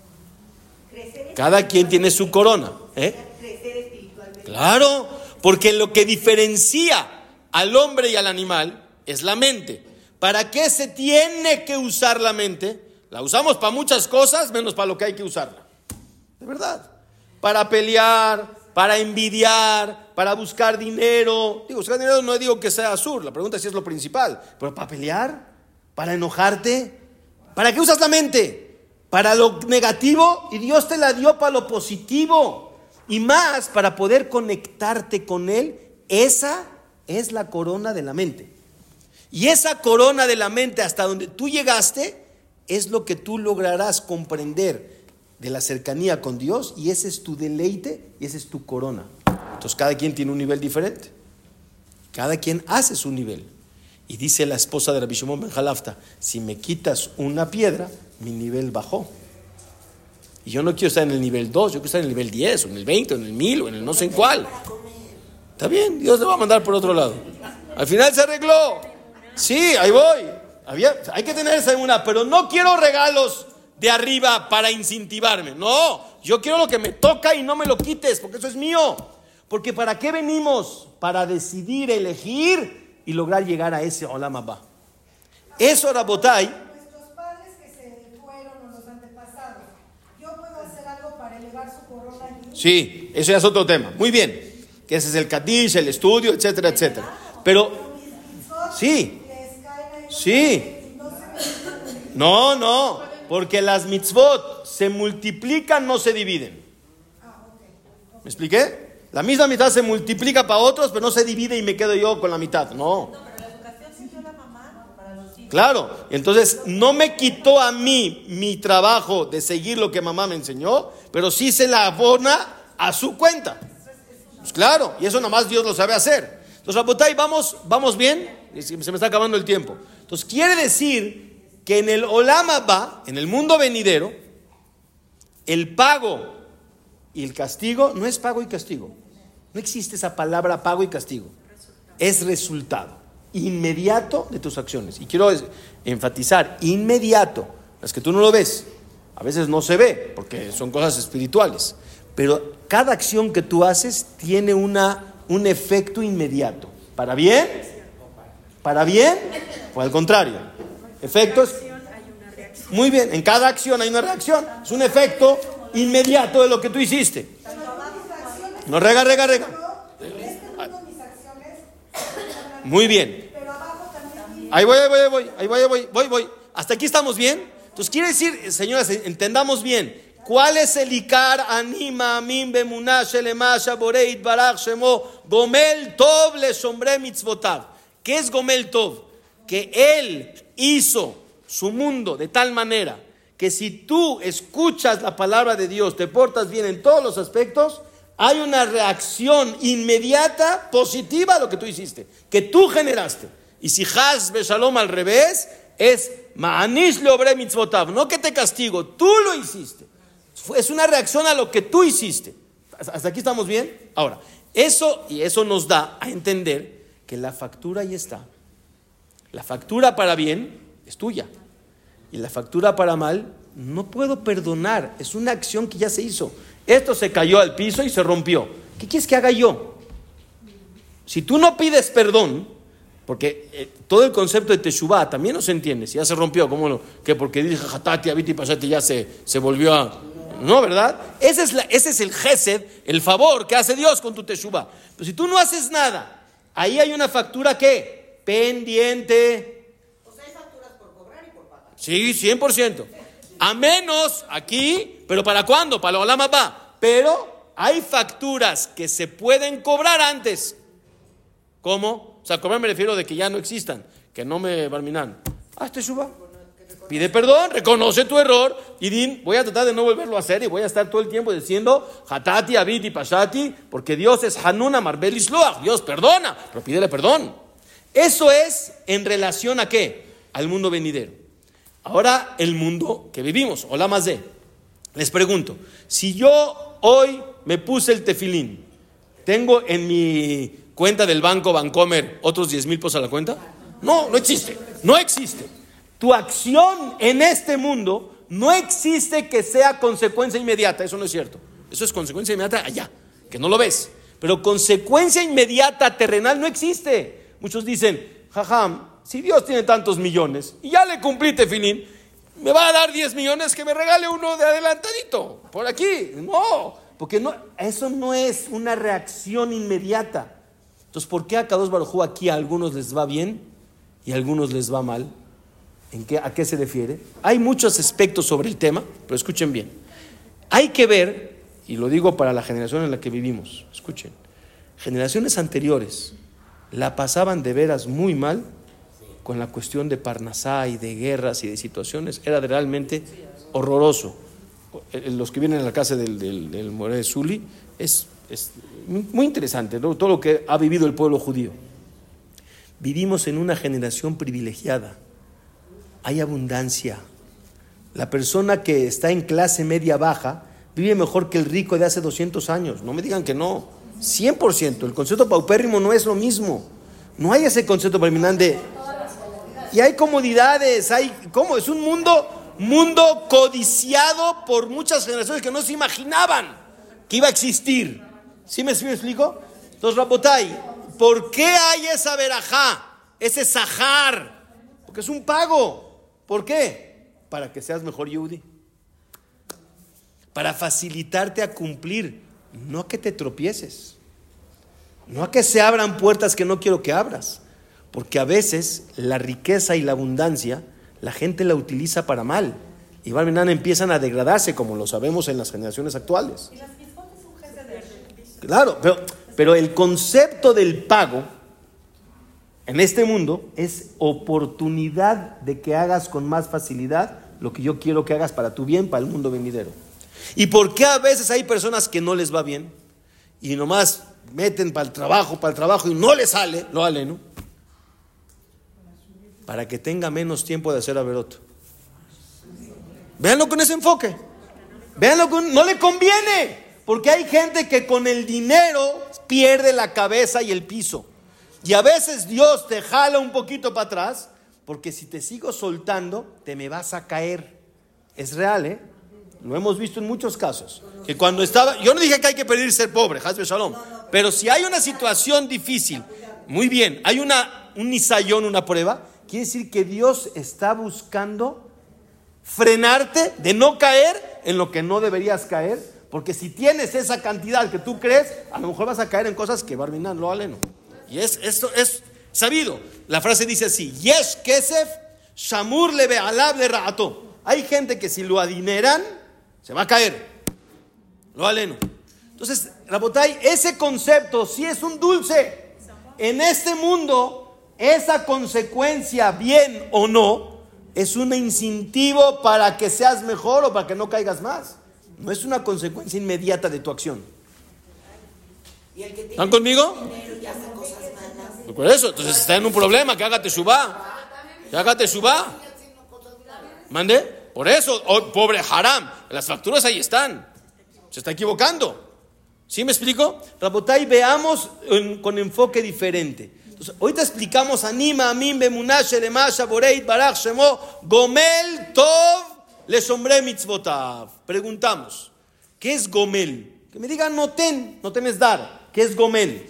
Cada quien tiene su corona, ¿eh? Claro, porque lo que diferencia al hombre y al animal es la mente. ¿Para qué se tiene que usar la mente? La usamos para muchas cosas, menos para lo que hay que usarla. De verdad. Para pelear, para envidiar, para buscar dinero. Digo, buscar dinero no digo que sea azul, la pregunta es si es lo principal. Pero para pelear, para enojarte, ¿para qué usas la mente? Para lo negativo, y Dios te la dio para lo positivo. Y más, para poder conectarte con Él. Esa es la corona de la mente. Y esa corona de la mente hasta donde tú llegaste es lo que tú lograrás comprender de la cercanía con Dios, y ese es tu deleite y esa es tu corona. Entonces cada quien tiene un nivel diferente. Cada quien hace su nivel. Y dice la esposa de Rabbi Shimon ben Jalafta, si me quitas una piedra, mi nivel bajó. Y yo no quiero estar en el nivel dos, yo quiero estar en el nivel diez, o en el veinte, o en el mil, o en el no sé en cuál. Está bien, Dios le va a mandar por otro lado. Al final se arregló. Sí, ahí voy. Había, hay que tener esa una, pero no quiero regalos de arriba para incentivarme. No, yo quiero lo que me toca y no me lo quites, porque eso es mío. Porque ¿para qué venimos? Para decidir, elegir y lograr llegar a ese Olam Abba. Eso, Rabotay. Nuestros padres que se fueron o los antepasados, ¿yo puedo hacer algo para elevar su corona allí? Sí, eso ya es otro tema. Muy bien. Que ese es el Kadish, el estudio, etcétera, etcétera. Pero, sí, sí. No, no, porque las mitzvot se multiplican, no se dividen. ¿Me expliqué? La misma mitad se multiplica para otros, pero no se divide y me quedo yo con la mitad. No. Claro, entonces no me quitó a mí mi trabajo de seguir lo que mamá me enseñó, pero sí se la abona a su cuenta. Pues claro, y eso nomás Dios lo sabe hacer. Entonces, Rabotay, vamos, vamos bien, se me está acabando el tiempo. Entonces quiere decir que en el Olam Haba, en el mundo venidero, el pago y el castigo no es pago y castigo. No existe esa palabra pago y castigo. Es resultado inmediato de tus acciones. Y quiero enfatizar, inmediato. Es que tú no lo ves. A veces no se ve, porque son cosas espirituales. Pero cada acción que tú haces tiene una, un efecto inmediato. ¿Para bien? ¿Para bien? O al contrario. Efectos. Muy bien, en cada acción hay una reacción. Es un efecto inmediato de lo que tú hiciste. No, rega, rega, rega. Muy bien. Ahí voy, ahí voy, ahí voy, ahí voy, ahí voy, voy, voy. ¿Hasta aquí estamos bien? Entonces quiere decir, señoras, entendamos bien. ¿Cuál es el Ikar Anima Amin Bemunah Shelema Shaboreit Barach Shemo Gomel Tov Le Shomre Mitzvotav? ¿Qué es Gomel Tov? Que Él hizo su mundo de tal manera que si tú escuchas la palabra de Dios, te portas bien en todos los aspectos, hay una reacción inmediata positiva a lo que tú hiciste, que tú generaste. Y si Haz Beshalom al revés, es Ma'anish Leobre Mitzvotav, no que te castigo, tú lo hiciste. Es una reacción a lo que tú hiciste. ¿Hasta aquí estamos bien? Ahora, eso y eso nos da a entender que la factura ahí está. La factura para bien es tuya. Y la factura para mal no puedo perdonar. Es una acción que ya se hizo. Esto se cayó al piso y se rompió. ¿Qué quieres que haga yo? Si tú no pides perdón, porque eh, todo el concepto de Teshuvah también no se entiende. Si ya se rompió, ¿cómo lo? Que porque dije Hatati, Abiti, Pashati ya se, se volvió a... No, ¿verdad? Ese es, la, ese es el Gesed, el favor que hace Dios con tu Teshuvah. Pero si tú no haces nada, ahí hay una factura ¿qué? Pendiente. O sea, hay facturas por cobrar y por pagar. Sí, cien por ciento. A menos aquí, pero ¿para cuándo? Para la Olam Haba. Pero hay facturas que se pueden cobrar antes. ¿Cómo? O sea, cobrar me refiero de que ya no existan, que no me barminan. Haz Teshuvah. Pide perdón, reconoce tu error y din, voy a tratar de no volverlo a hacer y voy a estar todo el tiempo diciendo Hatati, Abiti, Pashati, porque Dios es Hanuna, Marbel Isloach. Dios perdona, pero pídele perdón. Eso es en relación a ¿qué? Al mundo venidero. Ahora el mundo que vivimos, Olam Hazé. Les pregunto, si yo hoy me puse el tefilín, ¿tengo en mi cuenta del banco Bancomer otros diez mil pesos a la cuenta? No, no existe, no existe. Tu acción en este mundo no existe que sea consecuencia inmediata, eso no es cierto. Eso es consecuencia inmediata allá, que no lo ves. Pero consecuencia inmediata terrenal no existe. Muchos dicen, jajam, si Dios tiene tantos millones y ya le cumplí tefilín, me va a dar diez millones, que me regale uno de adelantadito, por aquí. No, porque no, eso no es una reacción inmediata. Entonces, ¿por qué a Kadosh Baruj Hu aquí a algunos les va bien y a algunos les va mal? ¿En qué, ¿A qué se refiere? Hay muchos aspectos sobre el tema, pero escuchen bien. Hay que ver, y lo digo para la generación en la que vivimos, escuchen, generaciones anteriores la pasaban de veras muy mal con la cuestión de Parnasá y de guerras y de situaciones. Era realmente horroroso. Los que vienen a la casa del, del, del Moré Zuli es, es muy interesante, ¿no? Todo lo que ha vivido el pueblo judío. Vivimos en una generación privilegiada. Hay abundancia. La persona que está en clase media baja vive mejor que el rico de hace doscientos años. No me digan que no. cien por ciento. El concepto paupérrimo no es lo mismo. No hay ese concepto paupérrimo de... Y hay comodidades. Hay, ¿cómo? Es un mundo, mundo codiciado por muchas generaciones que no se imaginaban que iba a existir. ¿Sí me, sí me explico? Entonces, Rabotay, ¿por qué hay esa verajá? Ese sahar. Porque es un pago. ¿Por qué? Para que seas mejor Yehudi. Para facilitarte a cumplir, no a que te tropieces, no a que se abran puertas que no quiero que abras, porque a veces la riqueza y la abundancia la gente la utiliza para mal y Barminan empiezan a degradarse, como lo sabemos en las generaciones actuales. Y las mismas es un jefe de... Claro, pero, pero el concepto del pago en este mundo es oportunidad de que hagas con más facilidad lo que yo quiero que hagas para tu bien, para el mundo venidero. ¿Y por qué a veces hay personas que no les va bien y nomás meten para el trabajo, para el trabajo y no les sale, lo vale, ¿no? Para que tenga menos tiempo de hacer averot. Véanlo con ese enfoque. Véanlo con, no le conviene, porque hay gente que con el dinero pierde la cabeza y el piso. Y a veces Dios te jala un poquito para atrás, porque si te sigo soltando, te me vas a caer. Es real, ¿eh? Lo hemos visto en muchos casos. Que cuando estaba, yo no dije que hay que pedir ser pobre, Hasbe Shalom, pero si hay una situación difícil, muy bien, hay una, un nisayón, una prueba, quiere decir que Dios está buscando frenarte de no caer en lo que no deberías caer, porque si tienes esa cantidad que tú crees, a lo mejor vas a caer en cosas que Barminan lo aleno. Y es, esto es sabido. La frase dice así: Yesh kesef shamur le be'alav le ra'ato. Hay gente que si lo adineran, se va a caer. Lo aleno. Entonces, Rabotay, ese concepto sí es un dulce. En este mundo, esa consecuencia, bien o no, es un incentivo para que seas mejor o para que no caigas más. No es una consecuencia inmediata de tu acción. ¿Están conmigo? Por eso, entonces está en un problema, que hágate subá. Que hágate subá. ¿Mande? Por eso, oh, pobre haram, las facturas ahí están. Se está equivocando. ¿Sí me explico? Rabotay, veamos en, con enfoque diferente. Entonces, ahorita explicamos Anima, Amin, Bemunashe, Lemasha, Boreit, Barach, Shemo, Gomel, Tov, Le Sombre Mitzvotav. Preguntamos, ¿qué es Gomel? Que me digan Noten, Noten es dar. ¿Qué es Gomel?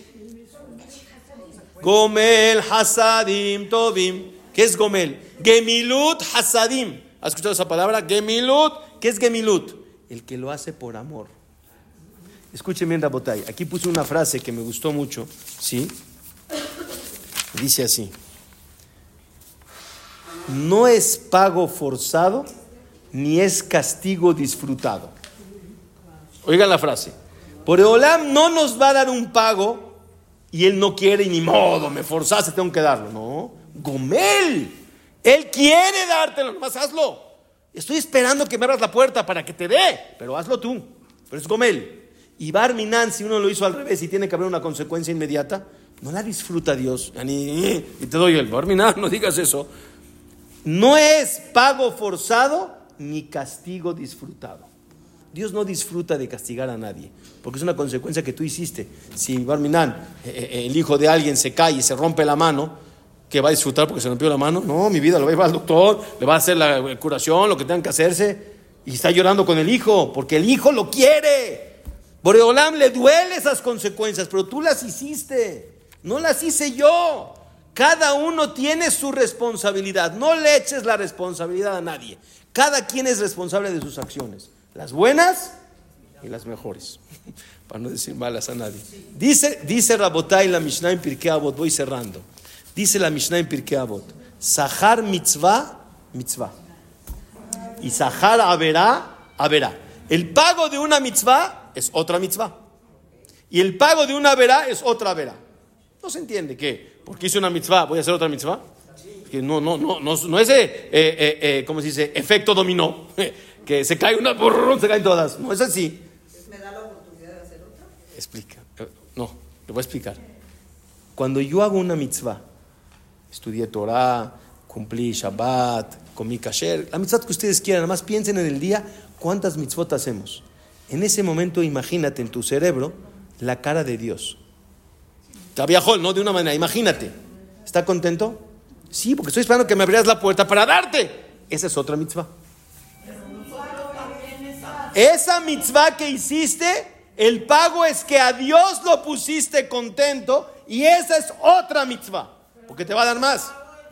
Gomel, Hasadim, Tovim. ¿Qué es Gomel? Gemilut, Hasadim. ¿Has escuchado esa palabra? Gemilut. ¿Qué es Gemilut? El que lo hace por amor. Escuchen bien, Rabotay. Aquí puse una frase que me gustó mucho. ¿Sí? Dice así: no es pago forzado ni es castigo disfrutado. Oigan la frase. Boreolam no nos va a dar un pago y él no quiere y ni modo, me forzaste, tengo que darlo. No, Gomel, él quiere dártelo, nomás hazlo. Estoy esperando que me abras la puerta para que te dé, pero hazlo tú. Pero es Gomel. Y Barminan, si uno lo hizo al revés y tiene que haber una consecuencia inmediata, no la disfruta Dios. Y te doy el Barminan, no digas eso. No es pago forzado ni castigo disfrutado. Dios no disfruta de castigar a nadie, porque es una consecuencia que tú hiciste. Si Barminan, el hijo de alguien se cae y se rompe la mano, ¿qué va a disfrutar porque se rompió la mano? No, mi vida, lo va a llevar al doctor, le va a hacer la curación, lo que tengan que hacerse, y está llorando con el hijo, porque el hijo lo quiere. Boreolam le duele esas consecuencias, pero tú las hiciste, no las hice yo. Cada uno tiene su responsabilidad, no le eches la responsabilidad a nadie. Cada quien es responsable de sus acciones, las buenas y las mejores, para no decir malas a nadie. Dice, dice Rabotay la Mishnah en Pirkei Avot, voy cerrando. Dice la Mishnah en Pirkei Avot: Sahar mitzvah, mitzvah. Y Sahar averá, averá. El pago de una mitzvah es otra mitzvah. Y el pago de una averá es otra averá. No se entiende que porque hice una mitzvah voy a hacer otra mitzvah. Que no, no, no, no, no es, eh, eh, eh, ¿cómo se dice? Efecto dominó. Que se cae una, se caen todas. No es así. ¿Me da la oportunidad de hacer otra? Explica. No, le voy a explicar. Cuando yo hago una mitzvah, estudié Torah, cumplí Shabbat, comí kasher, la mitzvah que ustedes quieran, nada más piensen en el día cuántas mitzvot hacemos. En ese momento imagínate en tu cerebro la cara de Dios. Te viajó, no de una manera, imagínate. ¿Está contento? Sí, porque estoy esperando que me abrieras la puerta para darte. Esa es otra mitzvah. Esa mitzvah que hiciste, el pago es que a Dios lo pusiste contento, y esa es otra mitzvah, porque te va a dar más.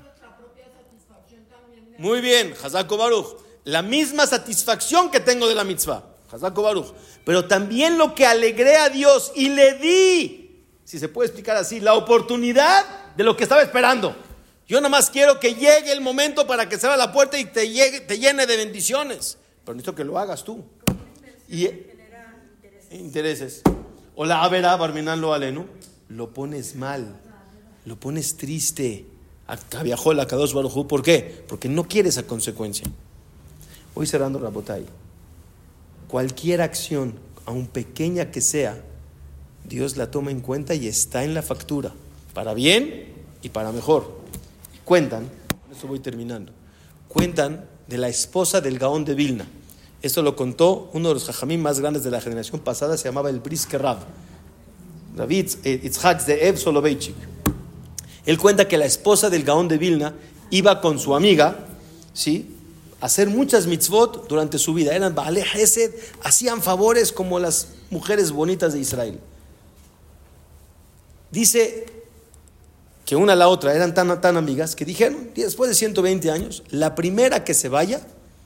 Muy bien, Hazako Baruch. La misma satisfacción que tengo de la mitzvah, Hazako Baruch. Pero también lo que alegré a Dios y le di, si se puede explicar así, la oportunidad de lo que estaba esperando. Yo nada más quiero que llegue el momento para que se abra la puerta y te, llegue, te llene de bendiciones. Pero necesito que lo hagas tú. Y intereses. O la avera, Barminan lo alenu, lo pones mal. lo pones triste. Viajó la Kadosh Baruj Hu. ¿Por qué? Porque no quiere esa consecuencia. Voy cerrando, Rabotay. Cualquier acción, aun pequeña que sea, Dios la toma en cuenta y está en la factura, para bien y para mejor. Cuentan, con eso voy terminando, cuentan de la esposa del Gaón de Vilna. Esto lo contó uno de los jajamim más grandes de la generación pasada, se llamaba el Brisker Rab, David Itzhak Ze'ev Soloveitchik. Él cuenta que la esposa del Gaón de Vilna iba con su amiga, ¿sí?, a hacer muchas mitzvot durante su vida. Eran Baalei Hesed, hacían favores como las mujeres bonitas de Israel. Dice que una a la otra eran tan, tan amigas que dijeron, después de ciento veinte años, la primera que se vaya,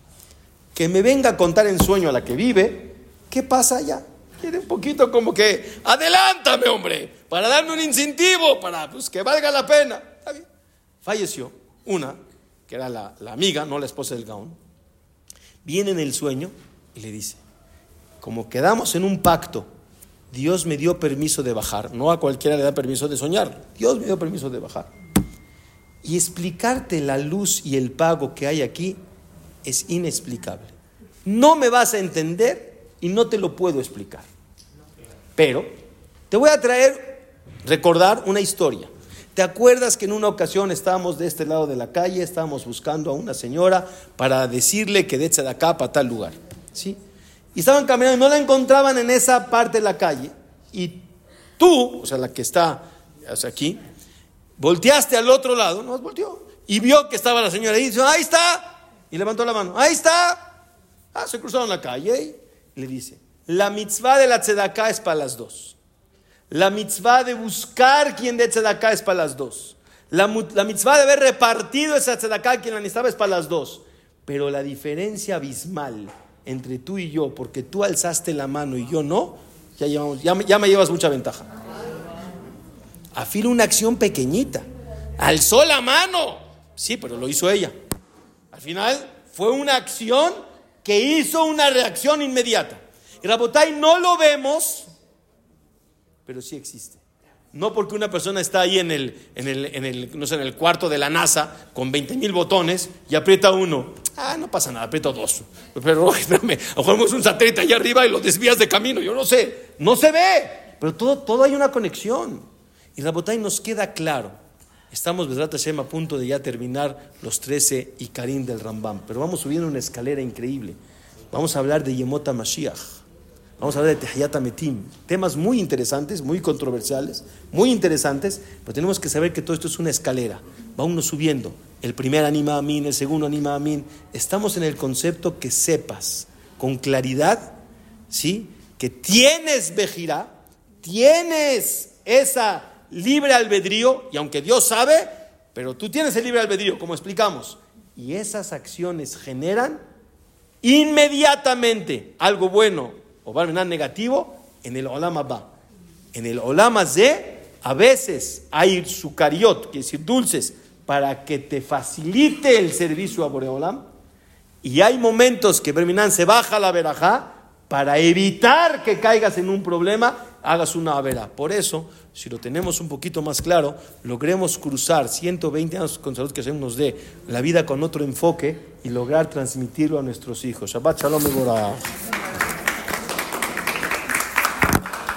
que me venga a contar en sueño a la que vive, ¿qué pasa allá? Quiere un poquito como que, adelántame, hombre, para darme un incentivo, para pues, que valga la pena. Está bien. Falleció una, que era la, la amiga, no la esposa del Gaón. Viene en el sueño y le dice, como quedamos en un pacto, Dios me dio permiso de bajar. No a cualquiera le da permiso de soñar. Dios me dio permiso de bajar. Y explicarte la luz y el pago que hay aquí es inexplicable. No me vas a entender y no te lo puedo explicar. Pero te voy a traer, recordar una historia. ¿Te acuerdas que en una ocasión estábamos de este lado de la calle, estábamos buscando a una señora para decirle que de acá para tal lugar? ¿Sí? Y estaban caminando y no la encontraban en esa parte de la calle. Y tú, o sea, la que está o sea, aquí, volteaste al otro lado, no volteó, y vio que estaba la señora ahí, y dijo, ahí está, y levantó la mano, ahí está. Ah, se cruzaron la calle y le dice, la mitzvah de la tzedaká es para las dos. La mitzvah de buscar quien dé tzedaká es para las dos. La, la mitzvah de haber repartido esa tzedaká quien la necesitaba es para las dos. Pero la diferencia abismal entre tú y yo, porque tú alzaste la mano y yo no, ya, llevamos, ya, ya me llevas mucha ventaja. Afila una acción pequeñita. Alzó la mano. Sí, pero lo hizo ella. Al final fue una acción que hizo una reacción inmediata. Y Rabotay, no lo vemos, pero sí existe. No porque una persona está ahí en el, en el, en el, no sé, en el cuarto de la NASA con veinte mil botones y aprieta uno. Ah, no pasa nada, aprieto dos. Pero espérame, a lo mejor es un satélite allá arriba y lo desvías de camino. Yo no sé, no se ve. Pero todo, todo hay una conexión. Y Rabotay, nos queda claro. Estamos, Bezrat Hashem, a punto de ya terminar los trece Ikarim del Rambam. Pero vamos subiendo una escalera increíble. Vamos a hablar de Yemot HaMashiach. Vamos a hablar de Tehiyat HaMetim, temas muy interesantes, muy controversiales, muy interesantes, pero tenemos que saber que todo esto es una escalera, va uno subiendo, el primer anima amin, el segundo anima amin, estamos en el concepto que sepas con claridad, ¿sí?, que tienes Bejirá, tienes esa libre albedrío, y aunque Dios sabe, pero tú tienes el libre albedrío, como explicamos, y esas acciones generan inmediatamente algo bueno o va a venir negativo en el Olam Abba. En el Olam Hazé, a veces hay sukariot, quiere decir dulces, para que te facilite el servicio a Boreolam. Y hay momentos que Berminan se baja la verajá para evitar que caigas en un problema, hagas una avera. Por eso, si lo tenemos un poquito más claro, logremos cruzar ciento veinte años con salud que Hashem nos dé la vida con otro enfoque y lograr transmitirlo a nuestros hijos. Shabbat Shalom y Borah.